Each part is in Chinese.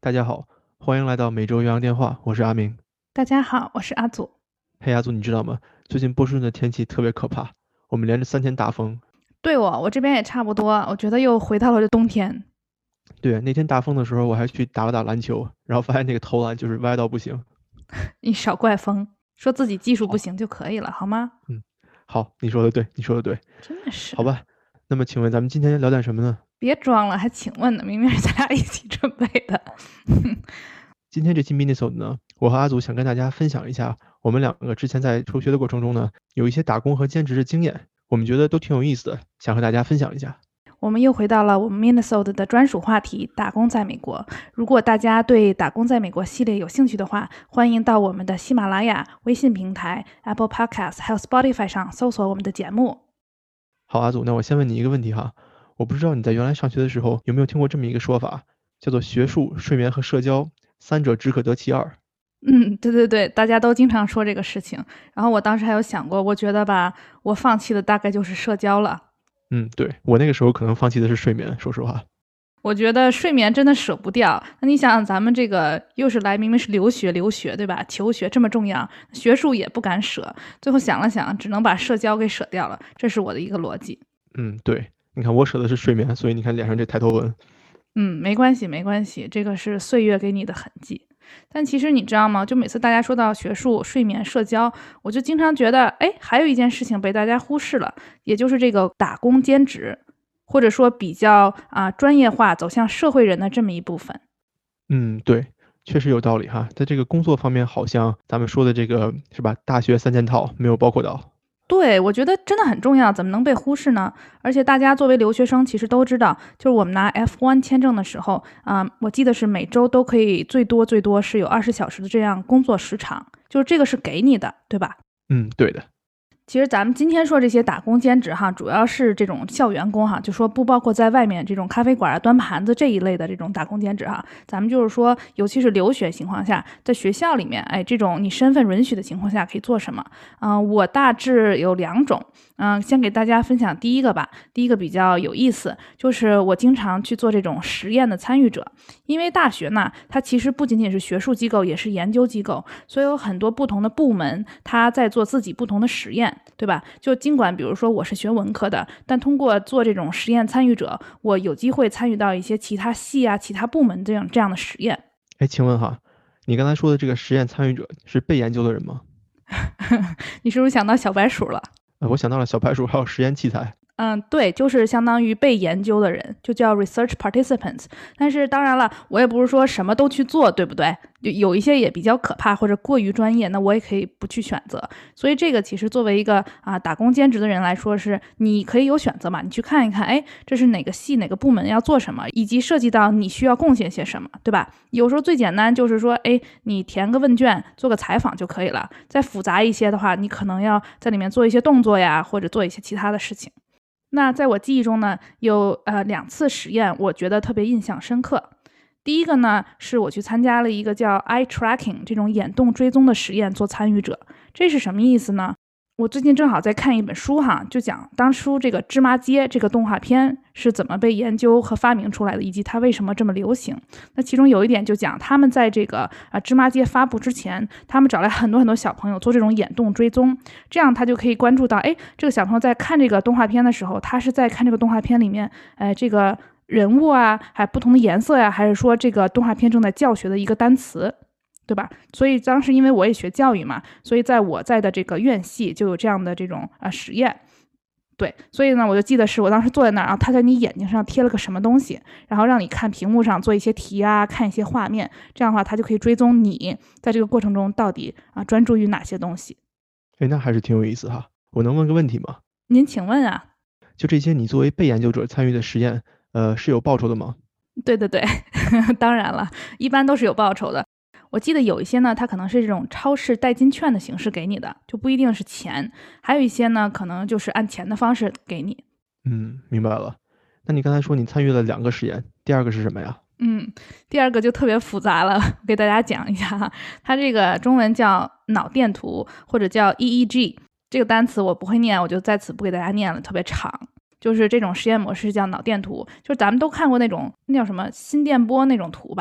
大家好，欢迎来到每周岳阳电话，我是阿明。 大家好，我是阿祖。 嘿，阿祖，你知道吗？最近波士顿的天气特别可怕，我们连着3天大风。 对我这边也差不多，我觉得又回到了这冬天。 对，那天大风的时候，我还去打了打篮球，然后发现那个投篮就是歪到不行。 你少怪风，说自己技术不好， 行就可以了，好吗？ 好，你说的对，你说的对， 真的是， 好吧。那么，请问咱们今天聊点什么呢？ 别装了，还请问呢，明明是咱俩一起准备的。 今天这期 Minisode 呢，我和阿祖想跟大家分享一下，我们两个之前在求学的过程中呢，有一些打工和兼职的经验，我们觉得都挺有意思的，想和大家分享一下。 我们又回到了我们 Minnesota 的专属话题——打工在美国。如果大家对打工在美国系列有兴趣的话，欢迎到我们的喜马拉雅、微信平台、Apple Podcast 还有 Spotify 上搜索我们的节目。 好，阿祖，那我先问你一个问题哈，我不知道你在原来上学的时候有没有听过这么一个说法，叫做学术、睡眠和社交三者只可得其二。 对，大家都经常说这个事情。然后我当时还有想过，我觉得吧，我放弃的大概就是社交了。 对，我那个时候可能放弃的是睡眠，说实话。 我觉得睡眠真的舍不掉。那你想想，咱们这个又是来明明是留学对吧？求学这么重要，学术也不敢舍。最后想了想，只能把社交给舍掉了。这是我的一个逻辑。 对，你看我舍的是睡眠，所以你看脸上这抬头纹。 没关系，这个是岁月给你的痕迹。但其实你知道吗？就每次大家说到学术、睡眠、社交，我就经常觉得，哎，还有一件事情被大家忽视了，也就是这个打工兼职，或者说比较专业化走向社会人的这么一部分。 对，确实有道理哈，在这个工作方面，好像咱们说的这个是吧，大学3件套没有包括到。 对，我觉得真的很重要，怎么能被忽视呢？而且大家作为留学生，其实都知道，就是我们拿 F1 签证的时候我记得是每周都可以最多是有20小时的这样工作时长，就是这个是给你的，对吧？ 对的。 其实咱们今天说这些打工兼职哈，主要是这种校园工哈，就说不包括在外面这种咖啡馆端盘子这一类的这种打工兼职哈。咱们就是说，尤其是留学情况下，在学校里面，这种你身份允许的情况下可以做什么？我大致有2种。先给大家分享第一个吧。第一个比较有意思，就是我经常去做这种实验的参与者。因为大学呢，它其实不仅仅是学术机构，也是研究机构，所以有很多不同的部门，它在做自己不同的实验，对吧？就尽管比如说我是学文科的，但通过做这种实验参与者，我有机会参与到一些其他系其他部门这样的实验。 请问哈，你刚才说的这个实验参与者是被研究的人吗？ 你是不是想到小白鼠了？ 我想到了小白鼠，还有实验器材。 对，就是相当于被研究的人，就叫 research participants。但是当然了，我也不是说什么都去做，对不对？有一些也比较可怕或者过于专业，那我也可以不去选择。所以这个其实作为一个打工兼职的人来说，是你可以有选择嘛，你去看一看，哎，这是哪个系哪个部门要做什么，以及涉及到你需要贡献些什么，对吧？有时候最简单就是说，哎，你填个问卷，做个采访就可以了。再复杂一些的话，你可能要在里面做一些动作呀，或者做一些其他的事情。那在我记忆中呢，有2次实验，我觉得特别印象深刻。第一个呢，是我去参加了一个叫 eye tracking 这种眼动追踪的实验，做参与者。这是什么意思呢？我最近正好在看一本书哈，就讲当初这个芝麻街这个动画片是怎么被研究和发明出来的，以及它为什么这么流行。那其中有一点就讲，他们在这个芝麻街发布之前，他们找来很多小朋友做这种眼动追踪，这样他就可以关注到，哎，这个小朋友在看这个动画片的时候，他是在看这个动画片里面，这个人物还不同的颜色呀，还是说这个动画片正在教学的一个单词。对吧？所以当时因为我也学教育嘛，所以在我在的这个院系就有这样的这种实验。对，所以呢，我就记得是我当时坐在那儿，然后他在你眼睛上贴了个什么东西，然后让你看屏幕上做一些题看一些画面，这样的话他就可以追踪你在这个过程中到底专注于哪些东西。 那还是挺有意思哈。我能问个问题吗？ 您请问啊？ 就这些你作为被研究者参与的实验，是有报酬的吗？ 对，当然了，一般都是有报酬的。我记得有一些呢，它可能是这种超市代金券的形式给你的，就不一定是钱。还有一些呢，可能就是按钱的方式给你。 明白了。那你刚才说你参与了2个实验，第2个是什么呀？ 第2个就特别复杂了，给大家讲一下哈。它这个中文叫脑电图，或者叫 EEG。这个单词我不会念，我就在此不给大家念了，特别长。就是这种实验模式叫脑电图，就是咱们都看过那种那叫什么心电波那种图吧。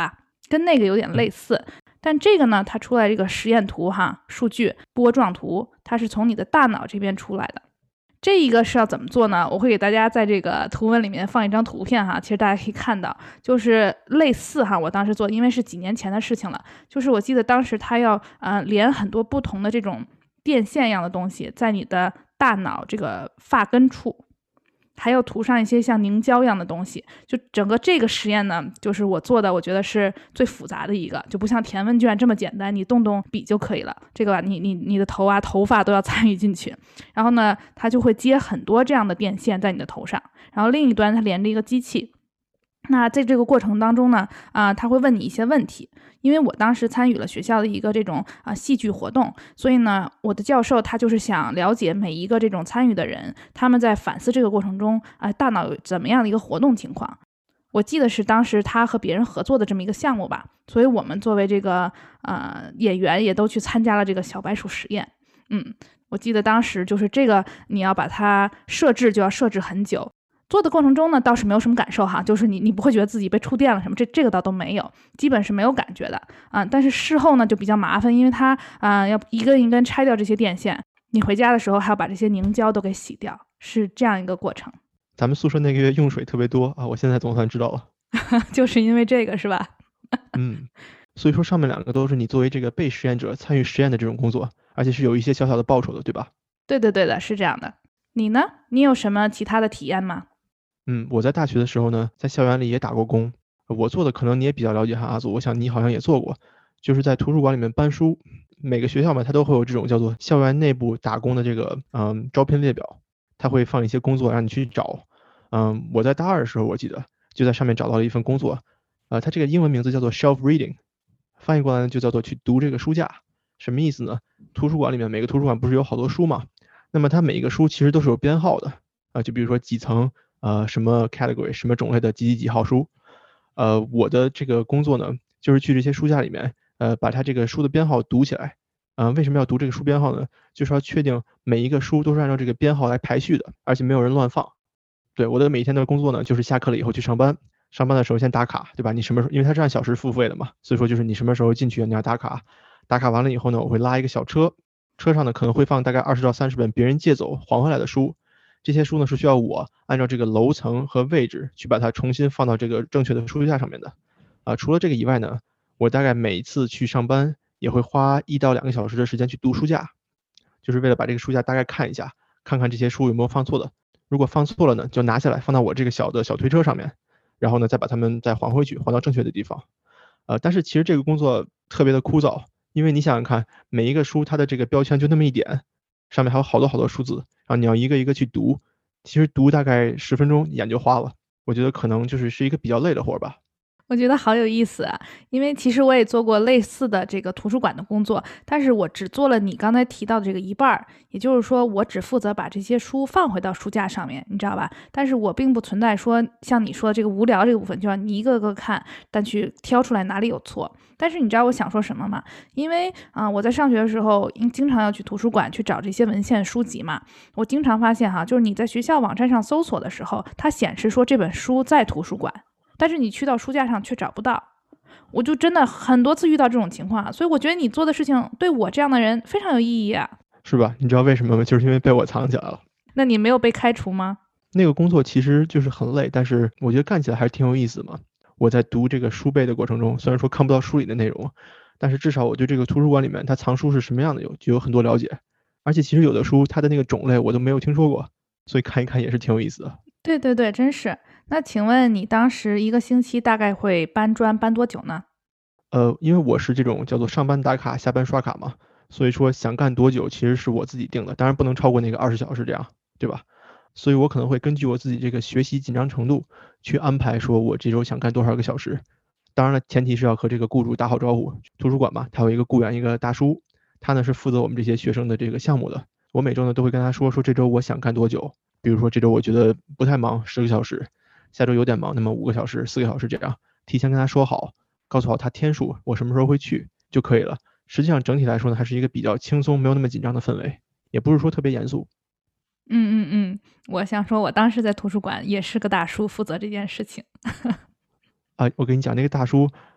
跟那个有点类似。但这个呢，它出来这个实验图哈，数据波状图，它是从你的大脑这边出来的。这一个是要怎么做呢？我会给大家在这个图文里面放一张图片哈，其实大家可以看到，就是类似哈，我当时做，因为是几年前的事情了，就是我记得当时它要连很多不同的这种电线一样的东西在你的大脑这个发根处，还要涂上一些像凝胶一样的东西。就整个这个实验呢，就是我做的，我觉得是最复杂的一个，就不像填问卷这么简单，你动动笔就可以了。这个你的头啊、头发都要参与进去。然后呢，它就会接很多这样的电线在你的头上，然后另一端它连着一个机器。那在这个过程当中呢，他会问你一些问题。因为我当时参与了学校的一个这种戏剧活动，所以呢，我的教授他就是想了解每一个这种参与的人，他们在反思这个过程中大脑有怎么样的一个活动情况。我记得是当时他和别人合作的这么一个项目吧，所以我们作为这个演员也都去参加了这个小白鼠实验。我记得当时就是这个，你要把它设置就要设置很久。做的过程中呢，倒是没有什么感受哈，就是你不会觉得自己被触电了什么，这个倒都没有，基本是没有感觉的但是事后呢就比较麻烦，因为它要一根一根拆掉这些电线，你回家的时候还要把这些凝胶都给洗掉，是这样一个过程。 咱们宿舍那个月用水特别多啊，我现在总算知道了。 就是因为这个是吧？ 所以说上面两个都是你作为这个被实验者参与实验的这种工作，而且是有一些小小的报酬的，对吧？ 对的，是这样的。你呢？你有什么其他的体验吗？ 我在大学的时候呢，在校园里也打过工。我做的可能你也比较了解哈，阿祖，我想你好像也做过，就是在图书馆里面搬书。每个学校嘛，它都会有这种叫做校园内部打工的这个招聘列表，它会放一些工作让你去找。我在大二的时候，我记得就在上面找到了一份工作，它这个英文名字叫做 shelf reading， 翻译过来呢就叫做去读这个书架。什么意思呢？图书馆里面每个图书馆不是有好多书嘛，那么它每一个书其实都是有编号的就比如说几层什么 category 什么种类的几几几号书。我的这个工作呢，就是去这些书架里面把它这个书的编号读起来。为什么要读这个书编号呢？就是要确定每一个书都是按照这个编号来排序的，而且没有人乱放。对，我的每一天的工作呢，就是下课了以后去上班，上班的时候先打卡，对吧？你什么时候，因为它是按小时付费的嘛，所以说就是你什么时候进去你要打卡，打卡完了以后呢，我会拉一个小车，车上呢可能会放大概20到30本别人借走还回来的书。这些书呢是需要我按照这个楼层和位置去把它重新放到这个正确的书架上面的。除了这个以外呢，我大概每次去上班也会花1到2个小时的时间去读书架，就是为了把这个书架大概看一下，看看这些书有没有放错的。如果放错了呢，就拿下来放到我这个小的小推车上面，然后呢再把它们再还回去，还到正确的地方。但是其实这个工作特别的枯燥，因为你想想看，每一个书它的这个标签就那么一点，上面还有好多好多数字，然后你要一个一个去读，其实读大概10分钟眼就花了。我觉得可能是一个比较累的活吧。 我觉得好有意思啊，因为其实我也做过类似的这个图书馆的工作，但是我只做了你刚才提到的这个一半儿，也就是说我只负责把这些书放回到书架上面，你知道吧？但是我并不存在说像你说的这个无聊这个部分，就要你一个个看，但去挑出来哪里有错。但是你知道我想说什么吗？因为我在上学的时候经常要去图书馆去找这些文献书籍嘛，我经常发现就是你在学校网站上搜索的时候，它显示说这本书在图书馆，但是你去到书架上却找不到。我就真的很多次遇到这种情况，所以我觉得你做的事情对我这样的人非常有意义啊。 是吧？你知道为什么吗？就是因为被我藏起来了。 那你没有被开除吗？ 那个工作其实就是很累，但是我觉得干起来还是挺有意思的嘛。我在读这个书背的过程中，虽然说看不到书里的内容，但是至少我对这个图书馆里面它藏书是什么样的就有很多了解。而且其实有的书它的那个种类我都没有听说过，所以看一看也是挺有意思的。 对，真是。那请问你当时一个星期大概会搬砖搬多久呢？ 因为我是这种叫做上班打卡下班刷卡嘛，所以说想干多久其实是我自己定的，当然不能超过那个20小时这样，对吧？所以我可能会根据我自己这个学习紧张程度去安排说我这周想干多少个小时。当然了，前提是要和这个雇主打好招呼。图书馆嘛，他有一个雇员，一个大叔，他呢是负责我们这些学生的这个项目的。我每周呢都会跟他说这周我想干多久，比如说这周我觉得不太忙10个小时，下周有点忙那么5个小时4个小时这样，提前跟他说好，告诉好他天数，我什么时候会去就可以了。实际上整体来说呢，还是一个比较轻松没有那么紧张的氛围，也不是说特别严肃。 我想说我当时在图书馆也是个大叔负责这件事情。 我跟你讲，那个大叔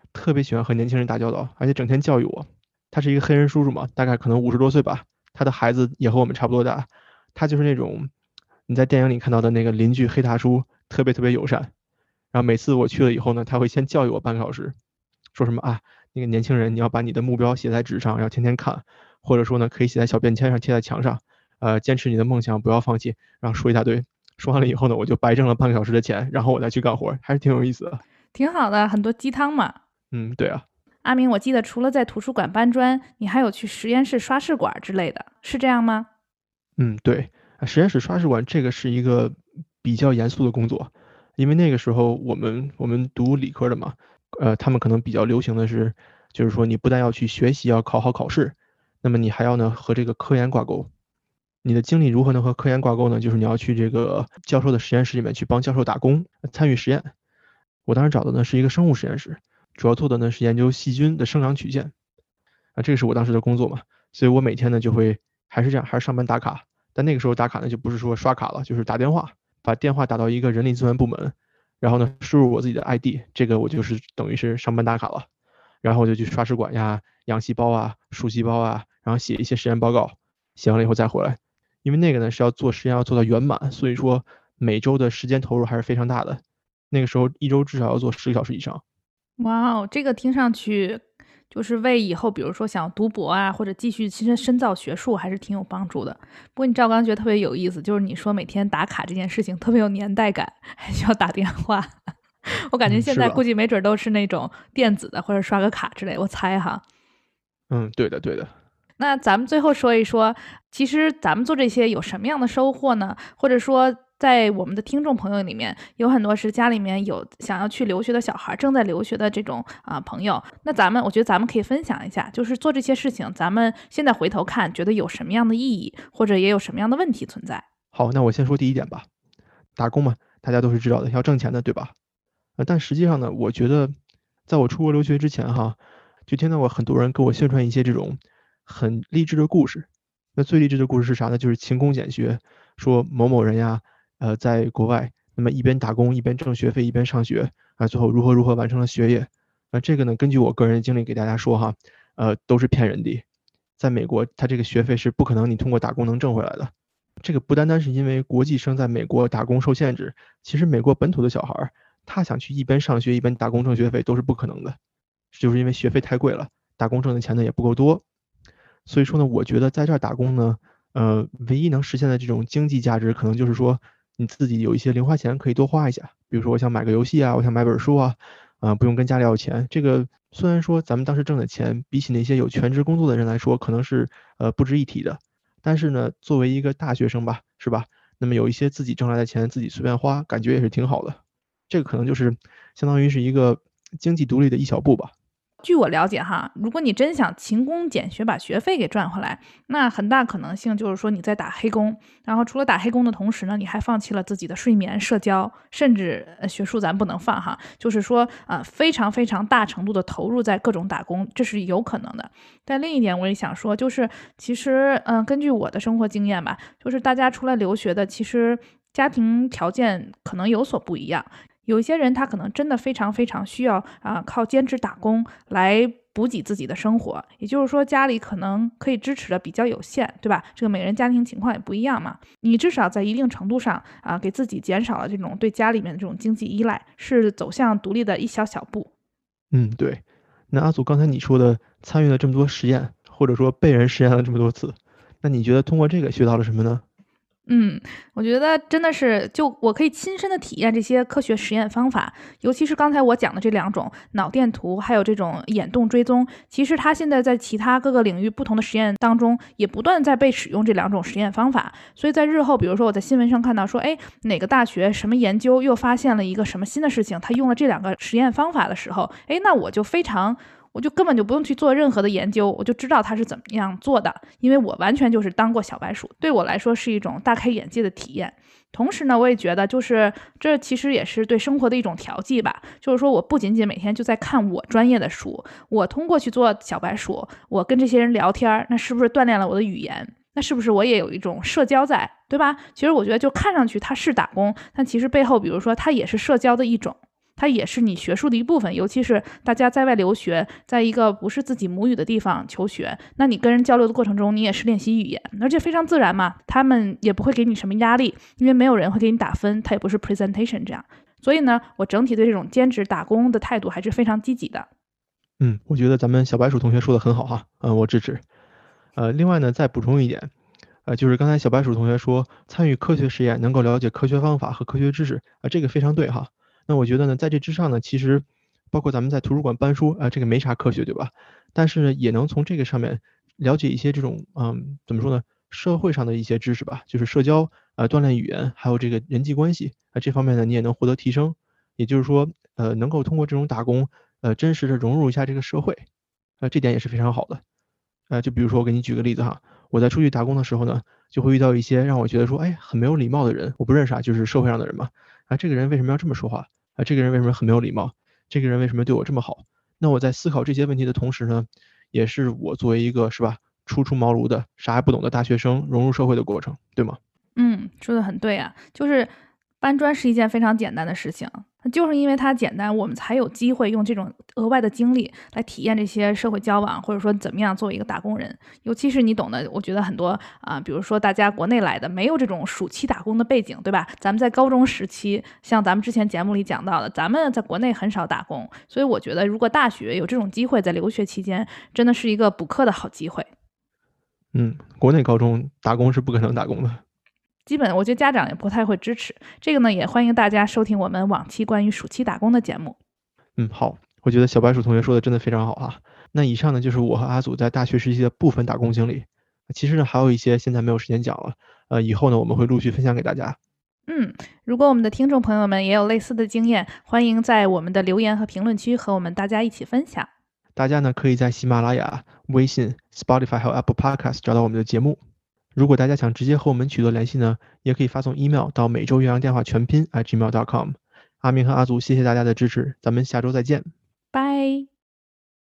特别喜欢和年轻人打交道，而且整天教育我。他是一个黑人叔叔嘛，大概可能50多岁吧，他的孩子也和我们差不多大。他就是那种你在电影里看到的那个邻居黑大叔，特别特别友善。然后每次我去了以后呢，他会先教育我半个小时，说什么啊，那个年轻人你要把你的目标写在纸上，要天天看，或者说呢可以写在小便签上贴在墙上，坚持你的梦想，不要放弃，然后说一大堆。说完了以后呢，我就白挣了半个小时的钱，然后我再去干活，还是挺有意思的。 挺好的，很多鸡汤嘛。 对啊。 阿明，我记得除了在图书馆搬砖，你还有去实验室刷试管之类的，是这样吗？ 对，实验室刷试管这个是一个比较严肃的工作，因为那个时候我们读理科的嘛，他们可能比较流行的是，就是说你不但要去学习，要考好考试，那么你还要呢和这个科研挂钩。你的经历如何能和科研挂钩呢？就是你要去这个教授的实验室里面去帮教授打工，参与实验。我当时找的呢是一个生物实验室，主要做的呢是研究细菌的生长曲线。这个是我当时的工作嘛，所以我每天呢就会还是这样，还是上班打卡。但那个时候打卡呢就不是说刷卡了，就是打电话，把电话打到一个人力资源部门，然后呢输入我自己的 ID，这个我就是等于是上班打卡了。然后我就去刷试管呀、养细胞啊、输细胞啊，然后写一些实验报告，写完了以后再回来。因为那个呢是要做实验要做到圆满，所以说每周的时间投入还是非常大的。那个时候一周至少要做10个小时以上。 哇哦，这个听上去就是为以后，比如说想读博啊，或者继续深造学术，还是挺有帮助的。不过你知道，我刚刚觉得特别有意思，就是你说每天打卡这件事情特别有年代感，还需要打电话。我感觉现是的。 在估计没准都是那种电子的，或者刷个卡之类，我猜哈。 对的对的。 那咱们最后说一说，其实咱们做这些有什么样的收获呢？或者说，在我们的听众朋友里面，有很多是家里面有想要去留学的小孩，正在留学的这种朋友。那我觉得咱们可以分享一下，就是做这些事情，咱们现在回头看，觉得有什么样的意义，或者也有什么样的问题存在。 好，那我先说第一点吧。打工嘛，大家都是知道的，要挣钱的，对吧？但实际上呢，我觉得在我出国留学之前哈，就听到过很多人给我宣传一些这种很励志的故事。那最励志的故事是啥呢？就是勤工俭学，说某某人呀，在国外，那么一边打工一边挣学费一边上学，最后如何如何完成了学业。这个呢，根据我个人的经历给大家说哈，都是骗人的。在美国，他这个学费是不可能你通过打工能挣回来的。这个不单单是因为国际生在美国打工受限制，其实美国本土的小孩他想去一边上学一边打工挣学费都是不可能的，就是因为学费太贵了，打工挣的钱呢也不够多。所以说呢，我觉得在这儿打工呢，唯一能实现的这种经济价值，可能就是说你自己有一些零花钱可以多花一下，比如说我想买个游戏啊，我想买本书啊，不用跟家里要钱。这个虽然说咱们当时挣的钱比起那些有全职工作的人来说，可能是不值一提的，但是呢，作为一个大学生吧，是吧？那么有一些自己挣来的钱自己随便花，感觉也是挺好的。这个可能就是相当于是一个经济独立的一小步吧。 据我了解哈，如果你真想勤工俭学把学费给赚回来，那很大可能性就是说你在打黑工，然后除了打黑工的同时呢，你还放弃了自己的睡眠、社交，甚至学术咱不能放哈，就是说非常非常大程度的投入在各种打工，这是有可能的。但另一点我也想说，就是其实根据我的生活经验吧，就是大家出来留学的，其实家庭条件可能有所不一样。有一些人他可能真的非常非常需要靠兼职打工来补给自己的生活，也就是说家里可能可以支持的比较有限，对吧？这个每个人家庭情况也不一样嘛。你至少在一定程度上给自己减少了这种对家里面的这种经济依赖，是走向独立的一小小步。 对。那阿祖刚才你说的参与了这么多实验，或者说被人实验了这么多次，那你觉得通过这个学到了什么呢？ 我觉得真的是，就我可以亲身的体验这些科学实验方法，尤其是刚才我讲的这两种脑电图，还有这种眼动追踪。其实它现在在其他各个领域不同的实验当中，也不断在被使用这两种实验方法。所以在日后，比如说我在新闻上看到说，哎，哪个大学什么研究又发现了一个什么新的事情，他用了这两个实验方法的时候，哎，那我就根本就不用去做任何的研究，我就知道它是怎么样做的，因为我完全就是当过小白鼠，对我来说是一种大开眼界的体验。同时呢，我也觉得就是这其实也是对生活的一种调剂吧，就是说我不仅仅每天就在看我专业的书，我通过去做小白鼠，我跟这些人聊天，那是不是锻炼了我的语言？那是不是我也有一种社交在，对吧？其实我觉得就看上去它是打工，但其实背后比如说它也是社交的一种。 它也是你学术的一部分。尤其是大家在外留学，在一个不是自己母语的地方求学，那你跟人交流的过程中，你也是练习语言，而且非常自然嘛，他们也不会给你什么压力，因为没有人会给你打分，它也不是 presentation 这样。所以呢，我整体对这种兼职打工的态度还是非常积极的。 我觉得咱们小白鼠同学说的很好哈，我支持。另外呢，再补充一点，就是刚才小白鼠同学说，参与科学实验能够了解科学方法和科学知识，这个非常对哈。那我觉得呢，在这之上呢，其实包括咱们在图书馆搬书，这个没啥科学，对吧？但是呢，也能从这个上面了解一些这种，怎么说呢，社会上的一些知识吧，就是社交，锻炼语言，还有这个人际关系，这方面呢，你也能获得提升。也就是说，能够通过这种打工，真实的融入一下这个社会，这点也是非常好的。就比如说我给你举个例子哈，我在出去打工的时候呢，就会遇到一些让我觉得说，哎，很没有礼貌的人，我不认识就是社会上的人嘛。这个人为什么要这么说话？这个人为什么很没有礼貌？这个人为什么对我这么好？那我在思考这些问题的同时呢，也是我作为一个是吧，初出茅庐的啥也不懂的大学生融入社会的过程，对吗？ 说的很对啊，就是搬砖是一件非常简单的事情，就是因为它简单，我们才有机会用这种额外的精力来体验这些社会交往，或者说怎么样作为一个打工人。尤其是你懂的，我觉得很多比如说大家国内来的，没有这种暑期打工的背景，对吧？咱们在高中时期，像咱们之前节目里讲到的，咱们在国内很少打工，所以我觉得如果大学有这种机会，在留学期间，真的是一个补课的好机会。 国内高中打工是不可能打工的。 基本我觉得家长也不太会支持这个呢，也欢迎大家收听我们往期关于暑期打工的节目。 好，我觉得小白鼠同学说的真的非常好啊。那以上呢就是我和阿祖在大学时期的部分打工经历，其实呢还有一些现在没有时间讲了，以后呢我们会陆续分享给大家。 如果我们的听众朋友们也有类似的经验，欢迎在我们的留言和评论区和我们大家一起分享。 大家呢可以在喜马拉雅、微信、Spotify 还有 Apple Podcast 找到我们的节目。如果大家想直接和我们取得联系呢，也可以发送 email 到每周岳阳电话全拼@gmail.com。阿明和阿祖，谢谢大家的支持，咱们下周再见。 拜。